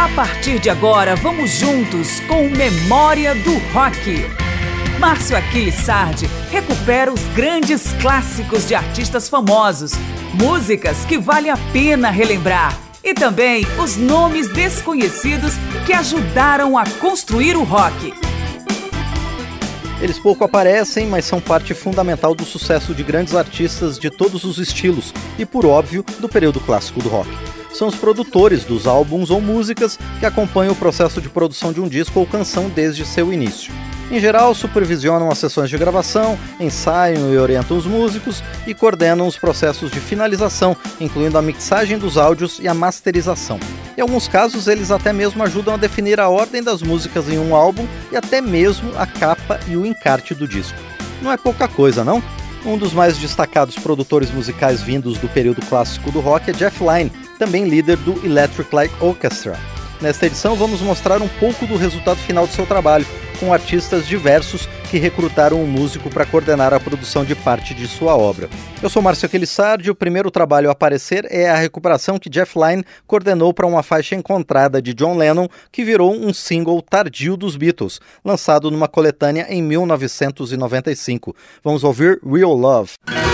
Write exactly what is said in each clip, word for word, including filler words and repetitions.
A partir de agora, vamos juntos com Memória do Rock. Márcio Aquiles Sardi recupera os grandes clássicos de artistas famosos, músicas que vale a pena relembrar e também os nomes desconhecidos que ajudaram a construir o rock. Eles pouco aparecem, mas são parte fundamental do sucesso de grandes artistas de todos os estilos e, por óbvio, do período clássico do rock. São os produtores dos álbuns ou músicas que acompanham o processo de produção de um disco ou canção desde seu início. Em geral, supervisionam as sessões de gravação, ensaiam e orientam os músicos e coordenam os processos de finalização, incluindo a mixagem dos áudios e a masterização. Em alguns casos, eles até mesmo ajudam a definir a ordem das músicas em um álbum e até mesmo a capa e o encarte do disco. Não é pouca coisa, não? Um dos mais destacados produtores musicais vindos do período clássico do rock é Jeff Lynne, também líder do Electric Light Orchestra. Nesta edição, vamos mostrar um pouco do resultado final de seu trabalho, com artistas diversos que recrutaram um músico para coordenar a produção de parte de sua obra. Eu sou Márcio Aquiles Sardi, o primeiro trabalho a aparecer é a recuperação que Jeff Lynne coordenou para uma faixa encontrada de John Lennon, que virou um single tardio dos Beatles, lançado numa coletânea em mil novecentos e noventa e cinco. Vamos ouvir Real Love.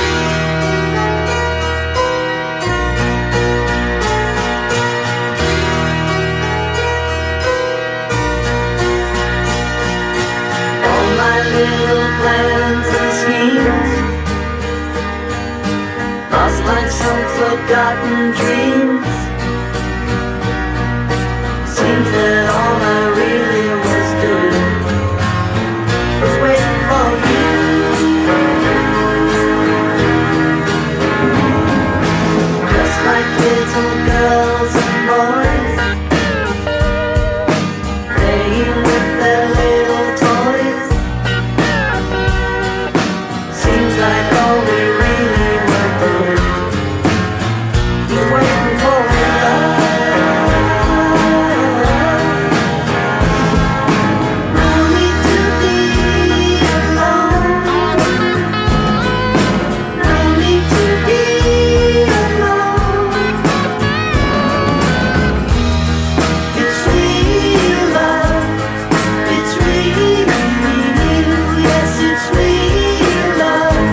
Little plans and schemes, lost like some forgotten dreams. Seems that all I really was doing was waiting for you. Just like little girls and boys playing with their little toys. Like all we really were doing was waiting for love. No need to be alone. No need to be alone. It's real love. It's real, real. Yes, it's real love.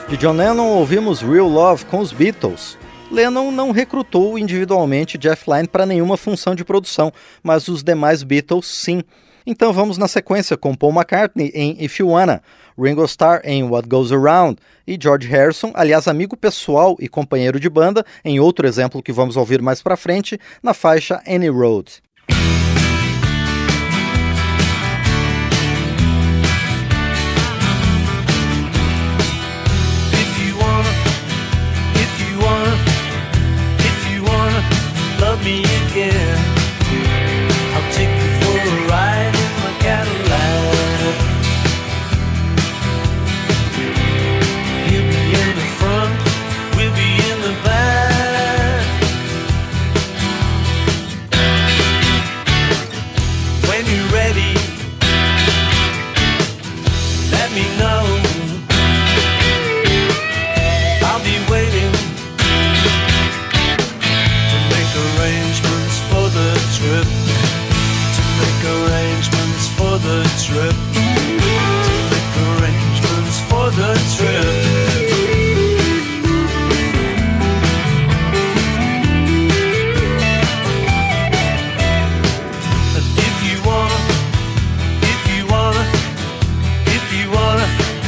De John Lennon ouvimos Real Love com os Beatles. Lennon não recrutou individualmente Jeff Lynne para nenhuma função de produção, mas os demais Beatles sim. Então vamos na sequência com Paul McCartney em If You Wanna, Ringo Starr em What Goes Around e George Harrison, aliás amigo pessoal e companheiro de banda, em outro exemplo que vamos ouvir mais pra frente, na faixa Any Road. Love me again, I'll take you for a ride in my Cadillac. You'll be in the front, we'll be in the back. When you're ready, let me know. I'll be waiting arrangements for the trip, to make arrangements for the trip, to make arrangements for the trip. And if you wanna, if you wanna, if you wanna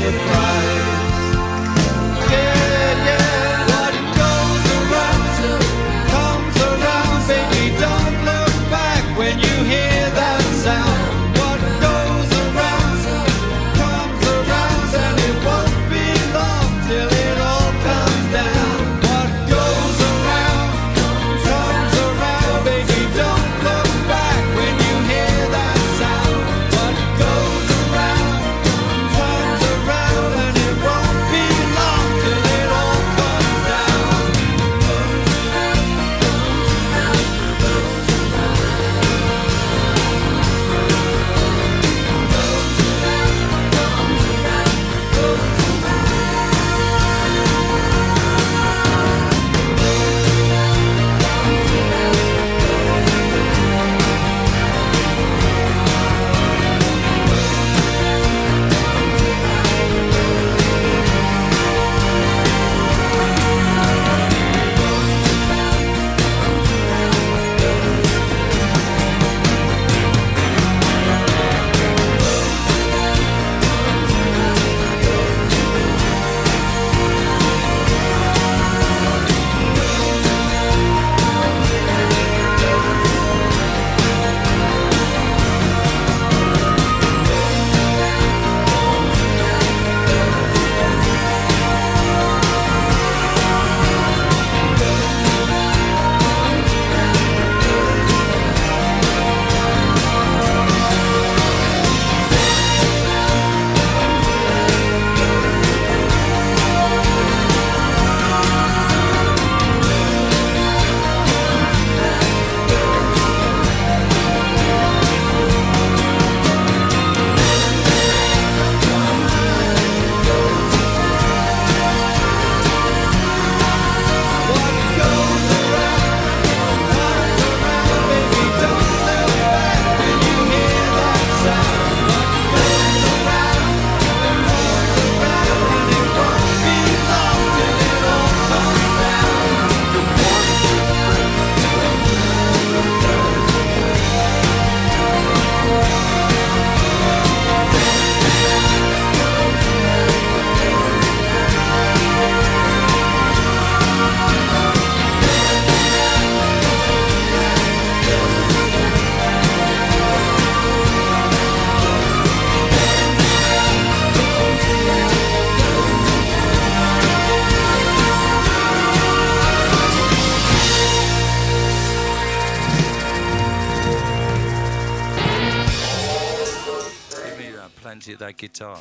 plenty of that guitar.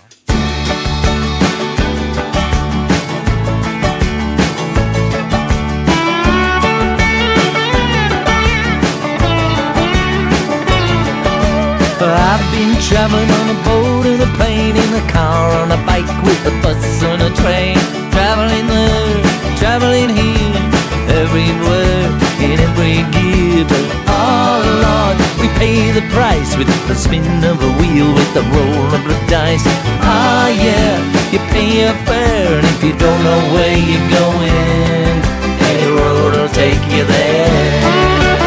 I've been traveling on a boat, in a plane, in a car, on a bike, with a bus, on a train. Traveling there, traveling here, everywhere, in every gear. But oh Lord, we pay the price with the spin of a wheel, with the roll of the dice. Ah yeah, you pay your fare, and if you don't know where you're going, any road will take you there.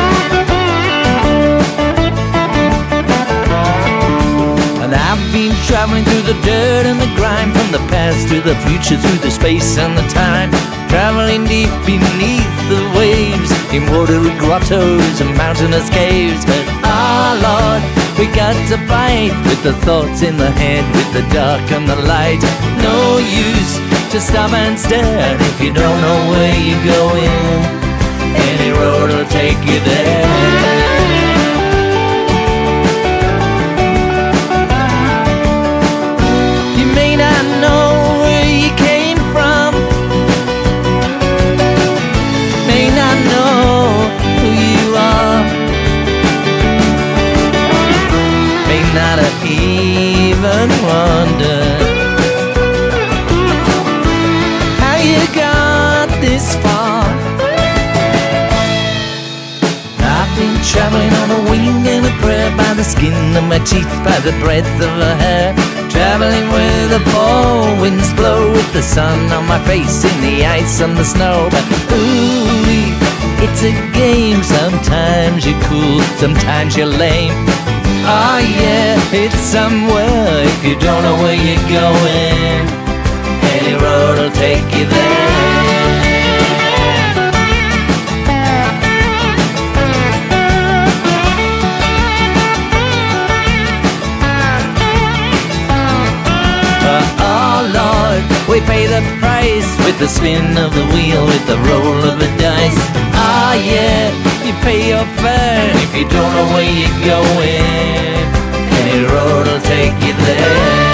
And I've been traveling through the dirt and the grime, from the past to the future, through the space and the time. Traveling deep beneath the waves, in watery grottos and mountainous caves. But ah Lord, we got to fight with the thoughts in the head, with the dark and the light. No use to stop and stare if you don't know where you're going. Any road will take you there. Not even wonder how you got this far. I've been traveling on a wing and a prayer, by the skin of my teeth, by the breadth of her hair. Traveling where the fall winds blow, with the sun on my face, in the ice and the snow. But ooh, it's a game. Sometimes you're cool, sometimes you're lame. Oh yeah, it's somewhere if you don't know where you're going. will take you there. We pay the price with the spin of the wheel, with the roll of the dice. Ah yeah, you pay your fare if you don't know where you're going. Any road will take you there.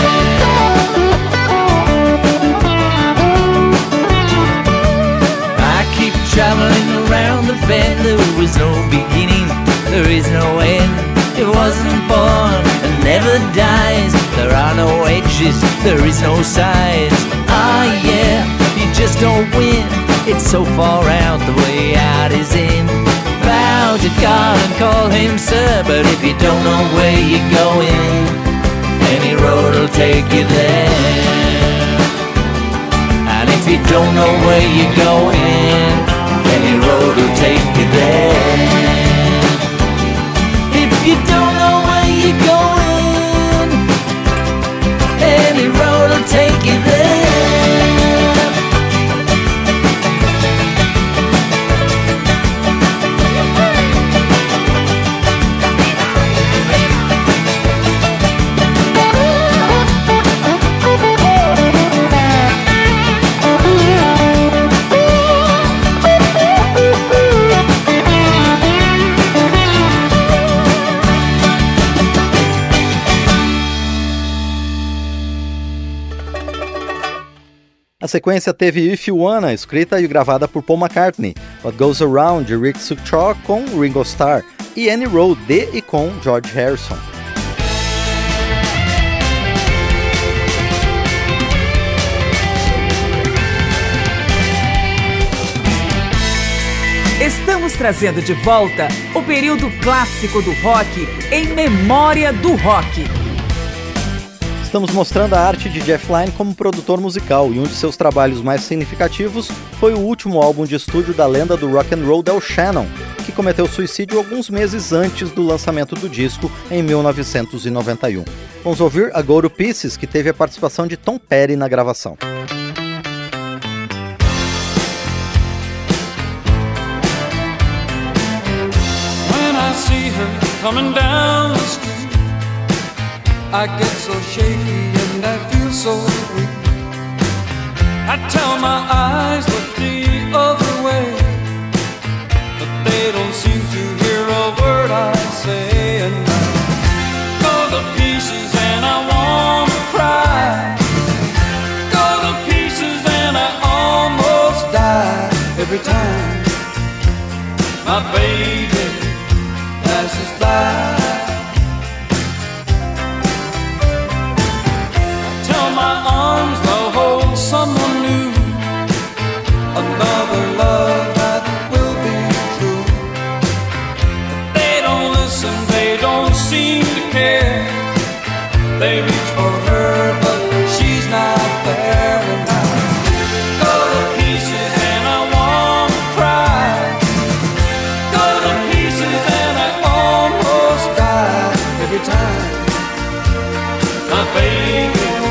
I keep traveling around the bend. There was no beginning, there is no end. It wasn't born and never dies. There are no edges, there is no sides. Ah yeah, you just don't win. It's so far out, the way out is in. Bow to God and call him sir, but if you don't know where you're going, any road will take you there. And if you don't know where you're going, any road will take you there. If you don't know where you're going, any road will take you there. A sequência teve If You Wanna, escrita e gravada por Paul McCartney, What Goes Around, de Rick Suchok com Ringo Starr, e Any Road, de e com George Harrison. Estamos trazendo de volta o período clássico do rock em Memória do Rock. Estamos mostrando a arte de Jeff Lynne como produtor musical, e um de seus trabalhos mais significativos foi o último álbum de estúdio da lenda do rock and roll Del Shannon, que cometeu suicídio alguns meses antes do lançamento do disco, em mil novecentos e noventa e um. Vamos ouvir A Go to Pieces, que teve a participação de Tom Petty na gravação. When I see her coming down the street, I get so shaky and I feel so weak. I tell my eyes look the other way, but they don't seem to hear a word I say. And I go to pieces and I want to cry. Go to pieces and I almost die every time my baby passes by. My arms will hold someone new, another love that will be true. But they don't listen, they don't seem to care. They reach for her, but she's not there. And I go to pieces and I want to cry. Go to pieces and I almost die every time my baby.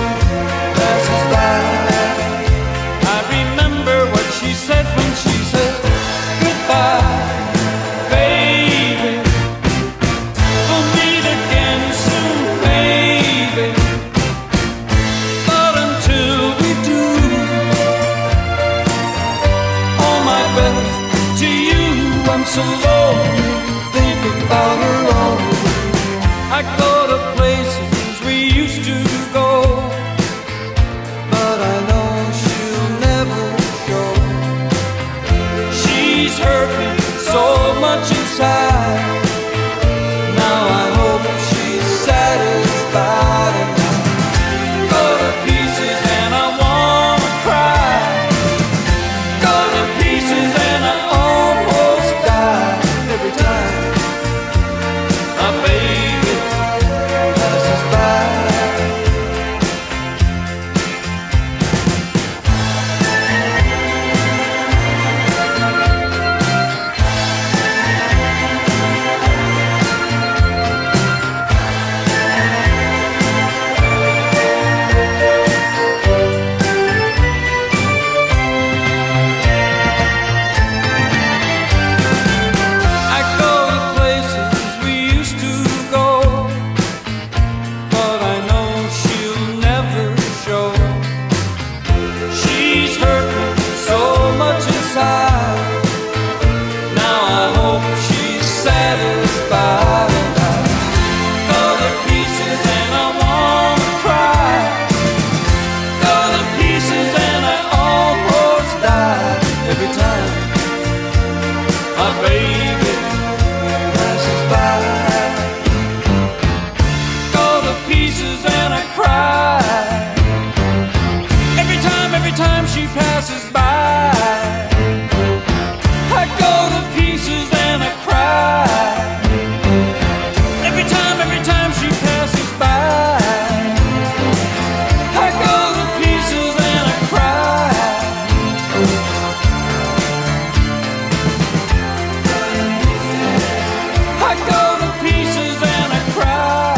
I remember what she said when she said goodbye, baby. We'll meet again soon, baby. But until we do, all my best to you. I'm so lonely, think about her all the way. I go to places we used to go, but I know she'll never show. She's hurt me so much inside. Now I hope she's satisfied. And I go to pieces and I wanna cry. Go to pieces and I almost die every time she passes by, I go to pieces and I cry. Every time, every time she passes by, I go to pieces and I cry. I go to pieces and I cry.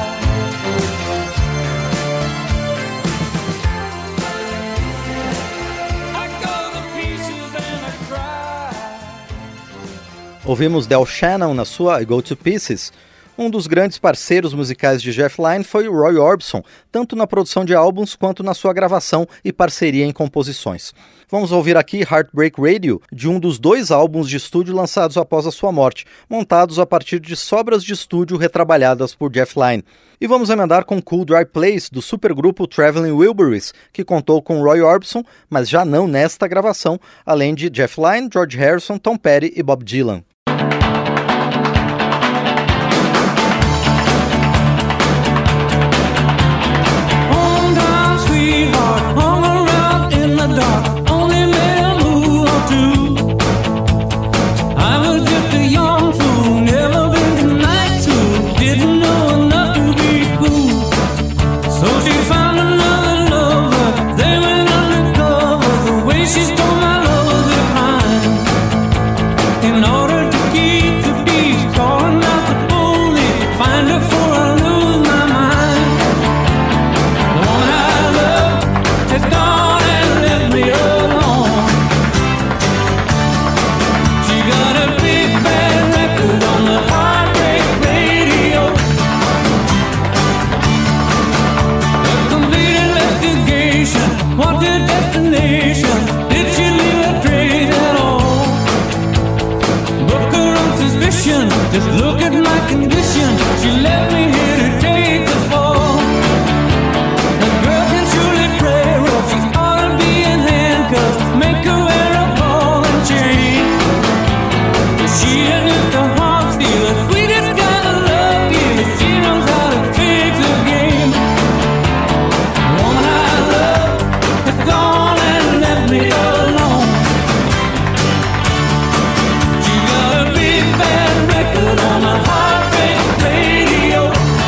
I go to pieces and I cry. Ouvimos Del Shannon na sua I Go to Pieces. Um dos grandes parceiros musicais de Jeff Lynne foi o Roy Orbison, tanto na produção de álbuns quanto na sua gravação e parceria em composições. Vamos ouvir aqui Heartbreak Radio, de um dos dois álbuns de estúdio lançados após a sua morte, montados a partir de sobras de estúdio retrabalhadas por Jeff Lynne. E vamos emendar com Cool Dry Place, do supergrupo Traveling Wilburys, que contou com Roy Orbison, mas já não nesta gravação, além de Jeff Lynne, George Harrison, Tom Petty e Bob Dylan. Just look at my condition. She left me here to take the fall. A girl can surely pray rough. She ought to be in handcuffs. Make her wear a ball and chain. But she isn't the heart stealer. Sweetest kind of love giver. She knows how to fix the game. The woman I love has gone and left me alone. She got a big bad record on a heartbreak radio.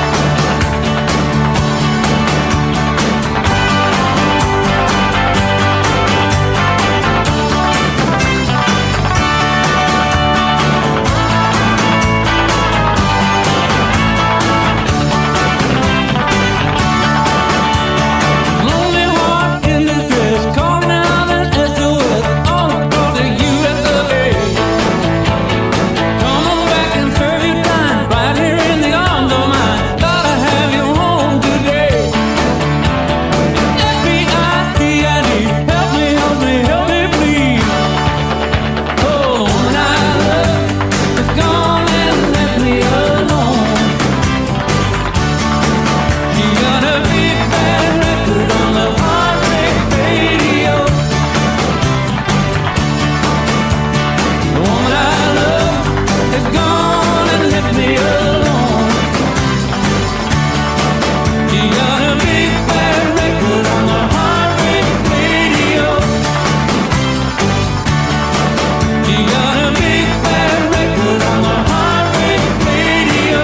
Lonely heart in distress, calling out an S O S all across the U S of A. Come on back and serve your time, right here in the arms of mine. Gotta have you home today. F B I, C I D, help me, help me, help me, please. Oh, the woman I love is gone and left me alone. She got a big bad record on the heartbreak radio. The woman I love is gone and left me alone. She got a big bad record on the heartbreak radio. She got a big bad record on the heartbreak radio.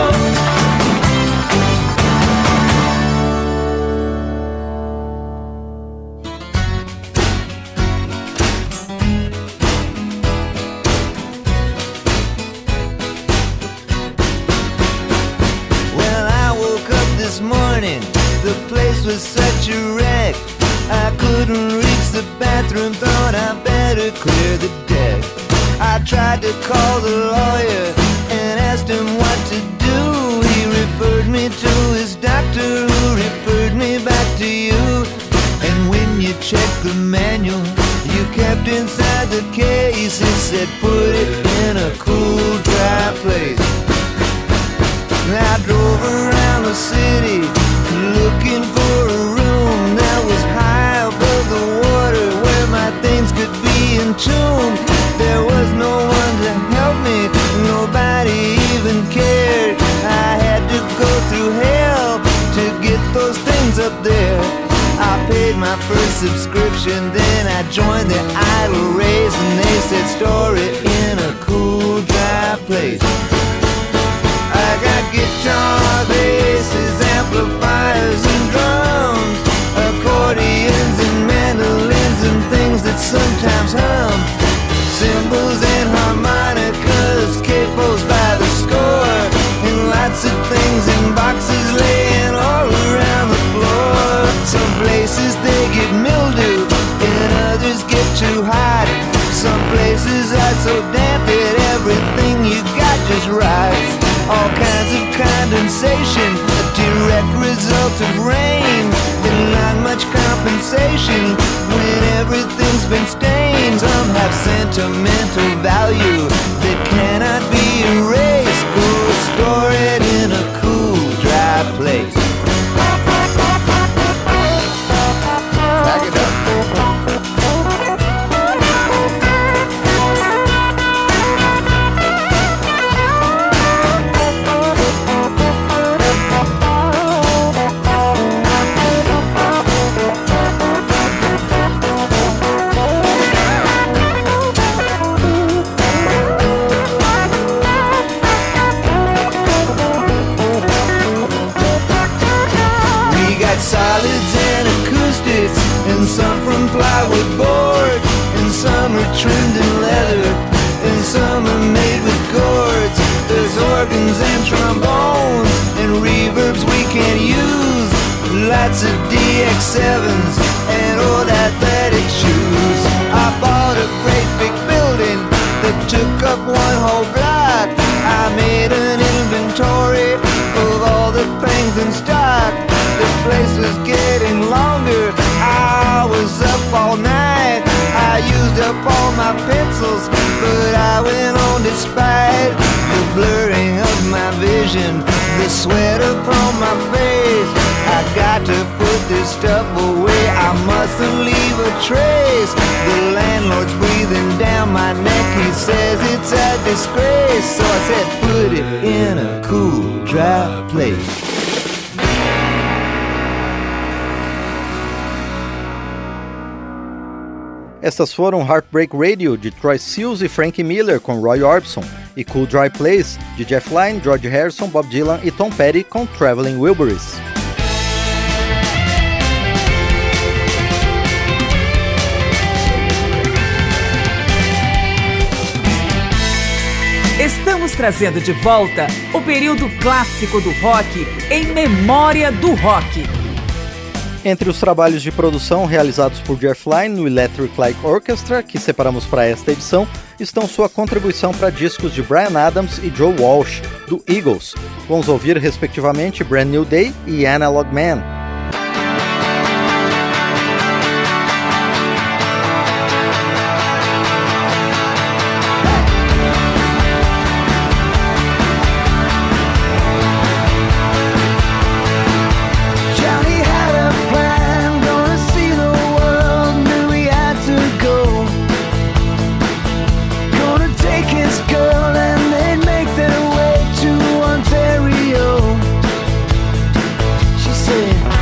Well, I woke up this morning, the place was such a wreck. I couldn't reach the bathroom, thought I better clear the deck. I tried to call the lawyer and asked him what to do. He referred me to his doctor, who referred me back to you. And when you checked the manual you kept inside the case, it said put it in a cool, dry place. I drove around the city looking for a room that was high above the water where my things could be entombed. There was no one to help me, nobody even cared. I had to go through hell to get those things up there. I paid my first subscription. Then I joined the idle race, and they said store it in a cool, dry place. I got guitar, basses, amplifiers and drums, accordions and mandolins and things that sometimes hum, cymbals and harmonicas, capos by the score, and lots of things in boxes laying all around the floor. Some places they get mildew, and others get too hot. Some places are so damp that everything you got just rots. All kinds of condensation, a direct result of rain, and not much compensation when everything's been stained. Some have sentimental value that cannot be erased. Cool, store it in a cool, dry place. Back it up. Solids and acoustics, and some from plywood board, and some are trimmed in leather, and some are made with gourds. There's organs and trombones, and reverbs we can use, lots of D X sevens, and old athletic shoes. I bought a great big building that took up one whole block. I made an inventory of all the things in stock. The place was getting longer, I was up all night. I used up all my pencils, but I went on despite the blurring of my vision, the sweat upon my face. I got to put this stuff away, I mustn't leave a trace. The landlord's breathing down my neck, he says it's a disgrace. So I said put it in a cool, dry place. Estas foram Heartbreak Radio, de Troy Seals e Frank Miller, com Roy Orbison, e Cool Dry Place, de Jeff Lynne, George Harrison, Bob Dylan e Tom Petty, com Traveling Wilburys. Estamos trazendo de volta o período clássico do rock em memória do rock. Entre os trabalhos de produção realizados por Jeff Lynne no Electric Light Orchestra, que separamos para esta edição, estão sua contribuição para discos de Bryan Adams e Joe Walsh, do Eagles. Vamos ouvir, respectivamente, Brand New Day e Analog Man. She said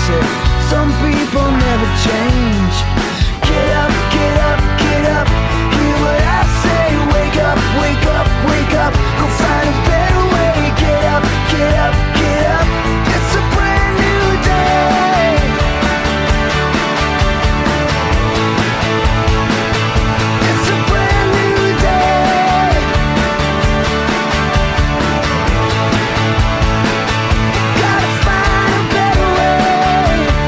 said, some people never change. Get up, get up, get up. Hear what I say. Wake up, wake up, wake up. Go find a better way. Get up, get up, get up. It's a brand new day. It's a brand new day. Gotta find a better way.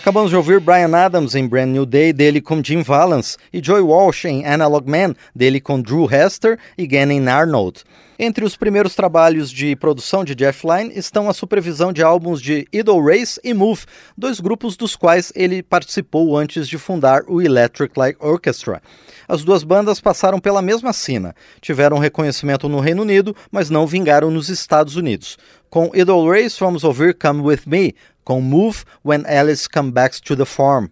Acabamos de ouvir Bryan Adams em Brand New Day, dele com Jim Valance, e Joey Walsh em Analog Man, dele com Drew Hester e Gannon Arnold. Entre os primeiros trabalhos de produção de Jeff Lynne estão a supervisão de álbuns de Idle Race e Move, dois grupos dos quais ele participou antes de fundar o Electric Light Orchestra. As duas bandas passaram pela mesma sina, tiveram reconhecimento no Reino Unido, mas não vingaram nos Estados Unidos. Com Idle Race vamos ouvir Come With Me, com Move, When Alice Comes Back to the Farm.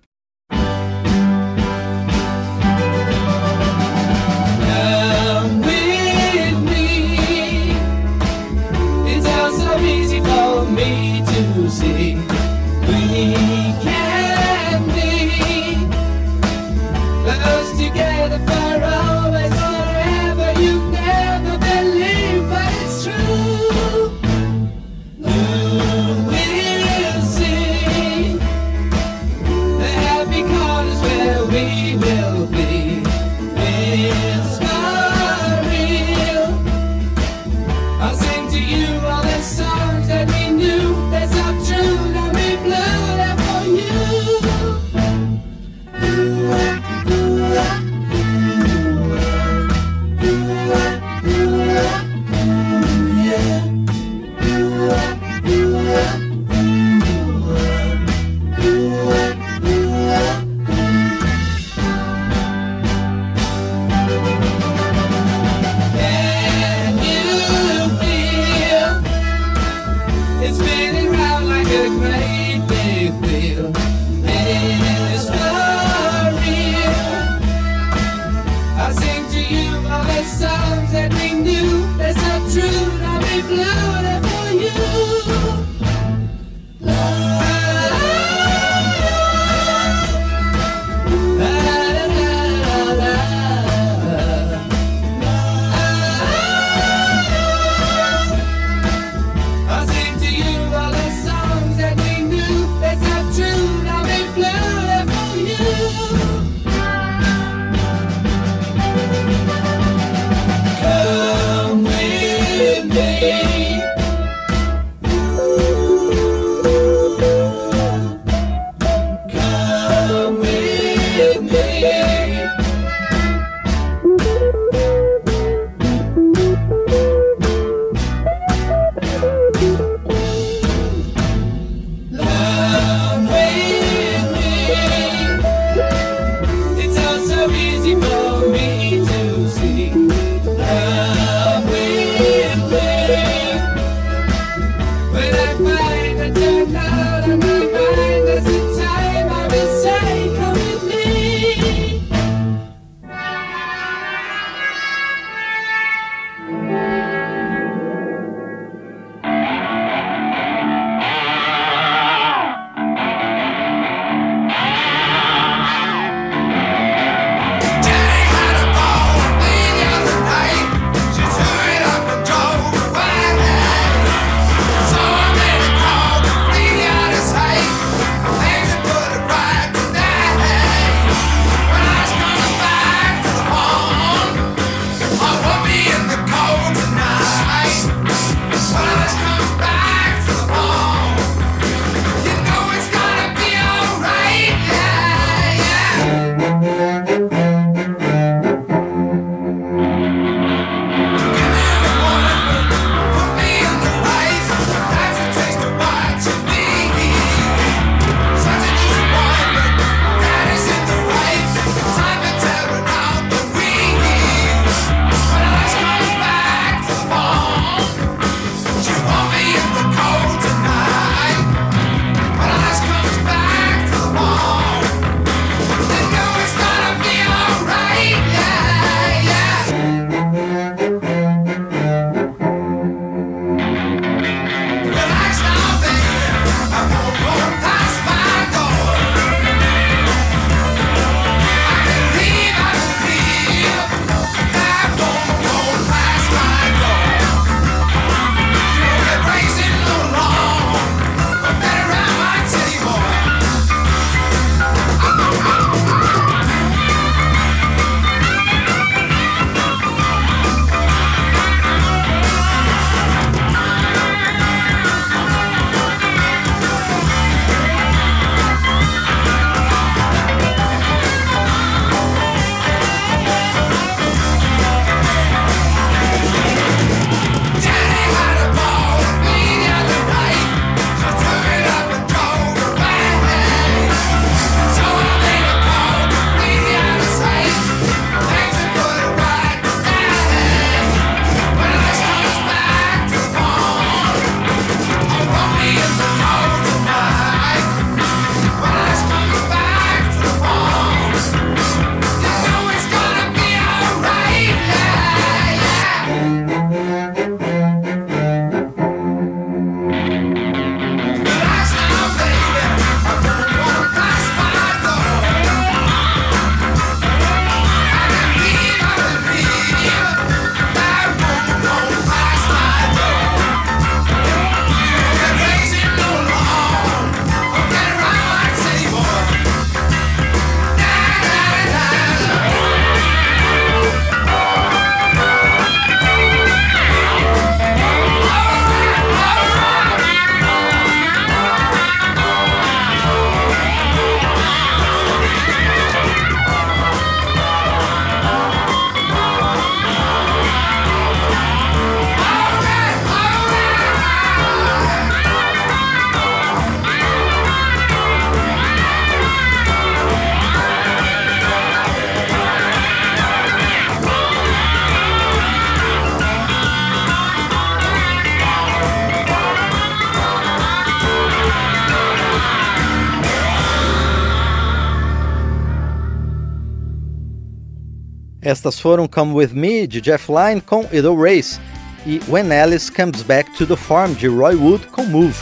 Come with me. Estas foram Come With Me, de Jeff Lynne, com Idle Race, e When Alice Comes Back to the Farm, de Roy Wood, com Move.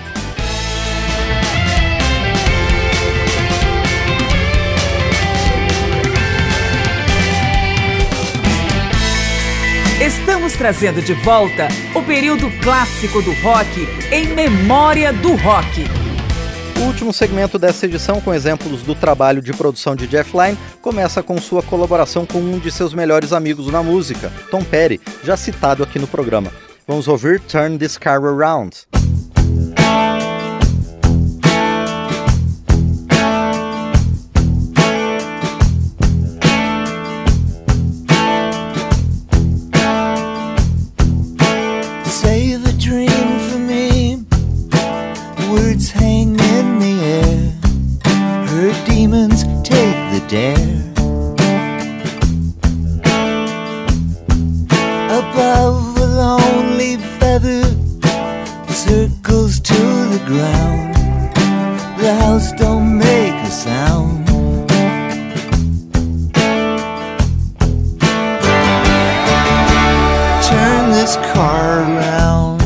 Estamos trazendo de volta o período clássico do rock em Memória do Rock. O último segmento dessa edição, com exemplos do trabalho de produção de Jeff Lynne, começa com sua colaboração com um de seus melhores amigos na música, Tom Petty, já citado aqui no programa. Vamos ouvir Turn This Car Around. Save a dream for me. Words hang in the air. Her demons take the dare. Above a lonely feather circles to the ground. The house don't make a sound. Turn this car around.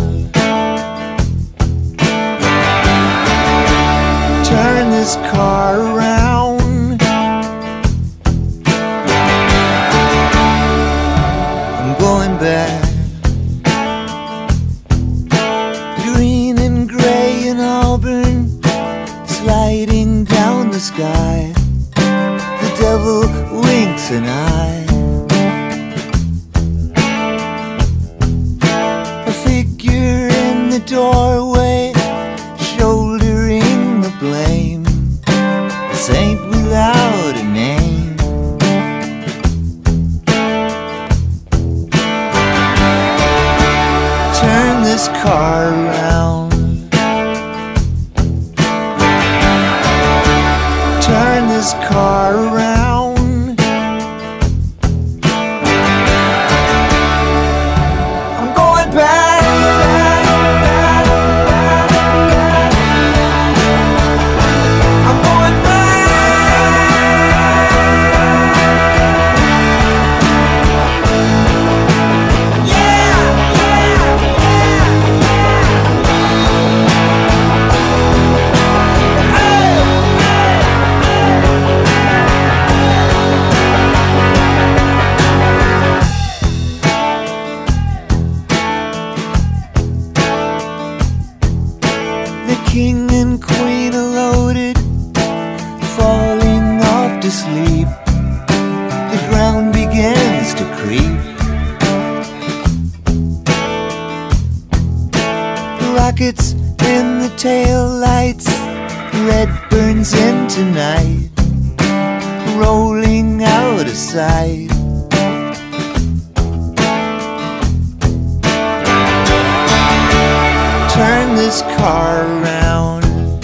Turn this car around. I'm going back. Green and gray in Auburn, sliding down the sky. The devil winks an eye. A figure in the doorway, shouldering the blame. A saint without a name. Turn this car around. Turn this car around. I'm going back. I'm going back. Yeah, yeah, The king and queen are loaded, falling off to sleep. The ground begins to creep. Rockets in the tail lights, red burns into night, rolling out of sight. Turn this car around.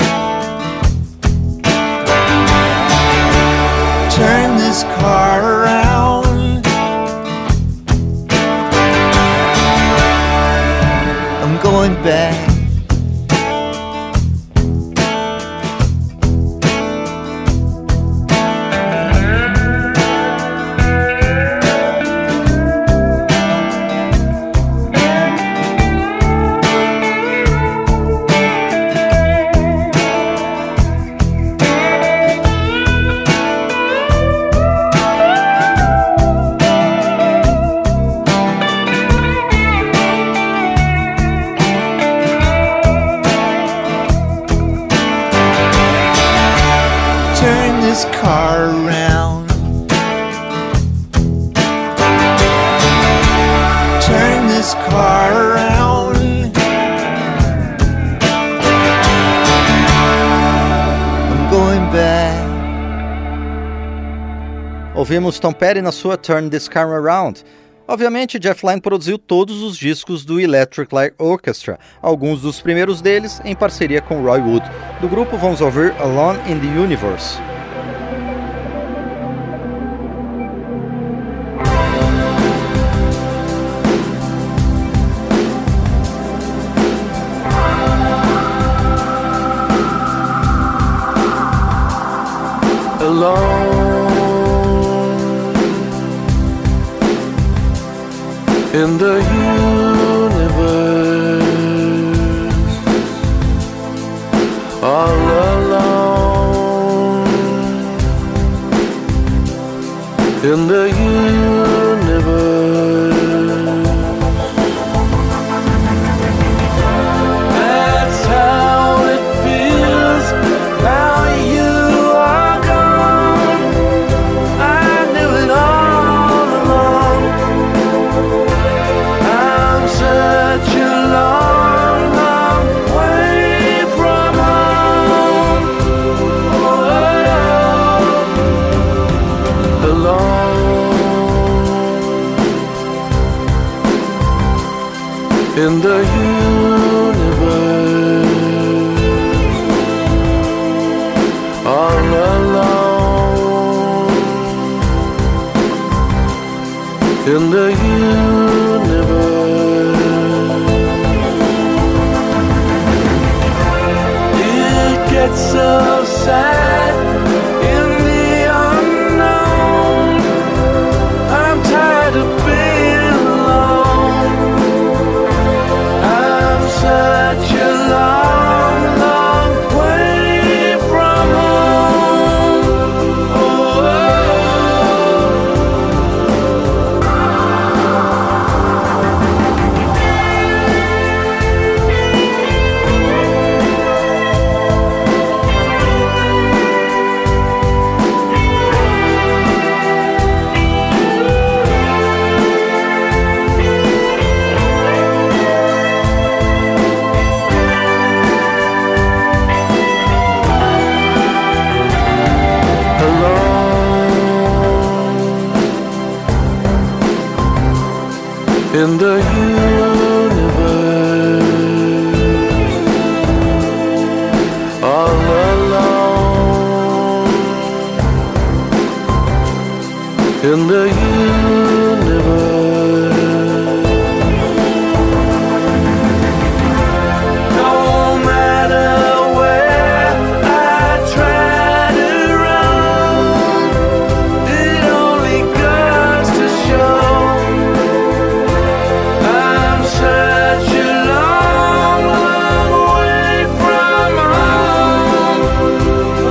Turn this car around. I'm going back. Turn this car around. Turn this car around. I'm going back. Ouvimos Tom Petty na sua Turn This Car Around. Obviamente, Jeff Lynne produziu todos os discos do Electric Light Orchestra, alguns dos primeiros deles em parceria com Roy Wood. Do grupo, vamos ouvir Alone in the Universe. Alone in the universe, all alone in the universe. That's how it feels. Now you are gone. I knew it all along. I'm such a long, long way from home. Oh, alone in the universe, all alone in the universe. It gets so sad in the unknown. I'm tired of being alone. I'm such a long, long way from home. Oh, in the universe, all alone in the universe. No matter where I try to run, it only goes to show I'm such a long, long way from home. Oh,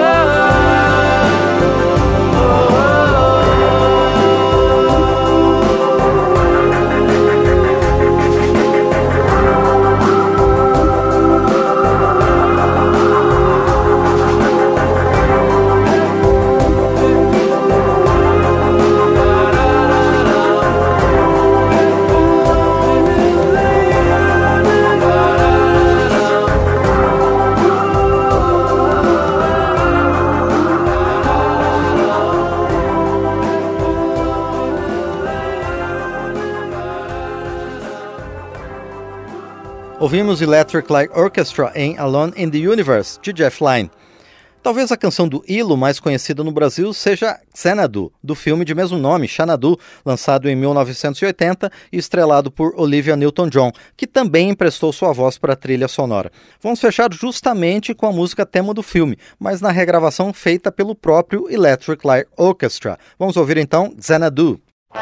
Ouvimos Electric Light Orchestra em Alone in the Universe, de Jeff Lynne. Talvez a canção do Ilo mais conhecida no Brasil seja Xanadu, do filme de mesmo nome, Xanadu, lançado em mil novecentos e oitenta e estrelado por Olivia Newton-John, que também emprestou sua voz para a trilha sonora. Vamos fechar justamente com a música tema do filme, mas na regravação feita pelo próprio Electric Light Orchestra. Vamos ouvir então Xanadu.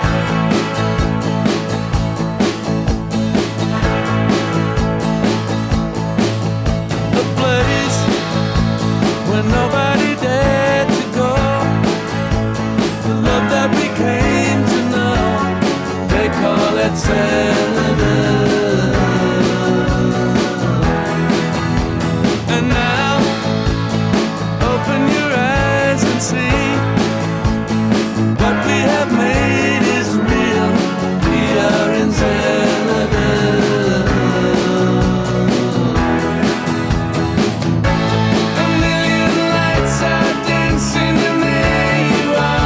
Nobody dared to go. The love that we came to know, they call it Xanadu. And now, open your eyes and see what we have made is real. We are in Xanadu.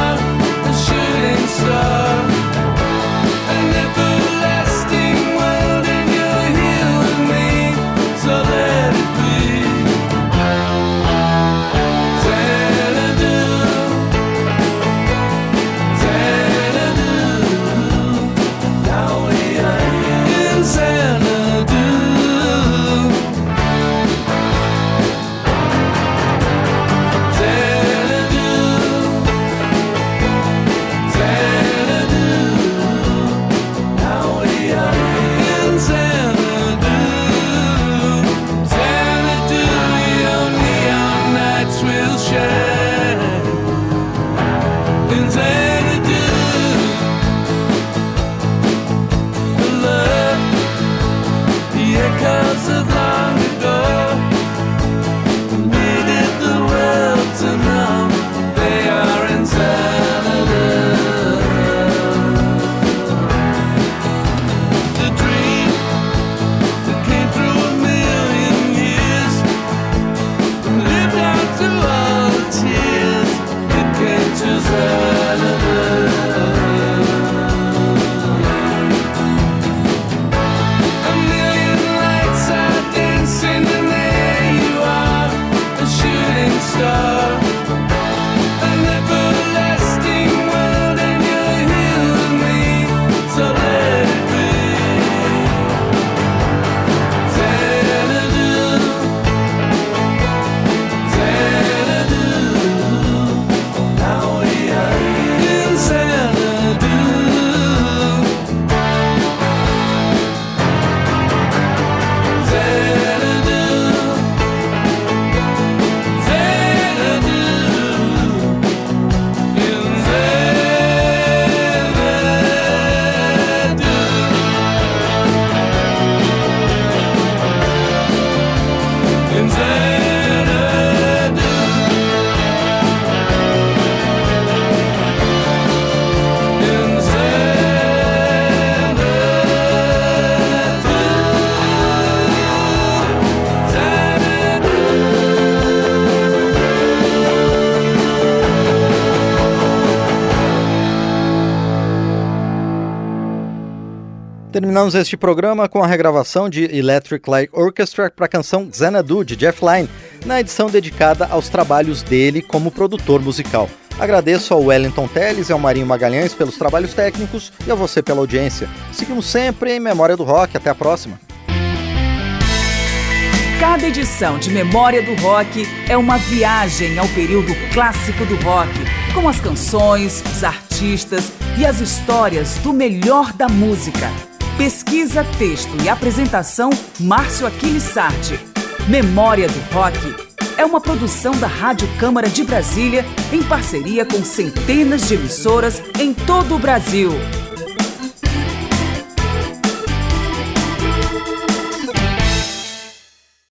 An everlasting way Terminamos este programa com a regravação de Electric Light Orchestra para a canção Xanadu, de Jeff Lynne, na edição dedicada aos trabalhos dele como produtor musical. Agradeço ao Wellington Teles e ao Marinho Magalhães pelos trabalhos técnicos e a você pela audiência. Seguimos sempre em Memória do Rock. Até a próxima. Cada edição de Memória do Rock é uma viagem ao período clássico do rock, com as canções, os artistas e as histórias do melhor da música. Pesquisa, texto e apresentação, Márcio Aquiles Sardi. Memória do Rock é uma produção da Rádio Câmara de Brasília em parceria com centenas de emissoras em todo o Brasil.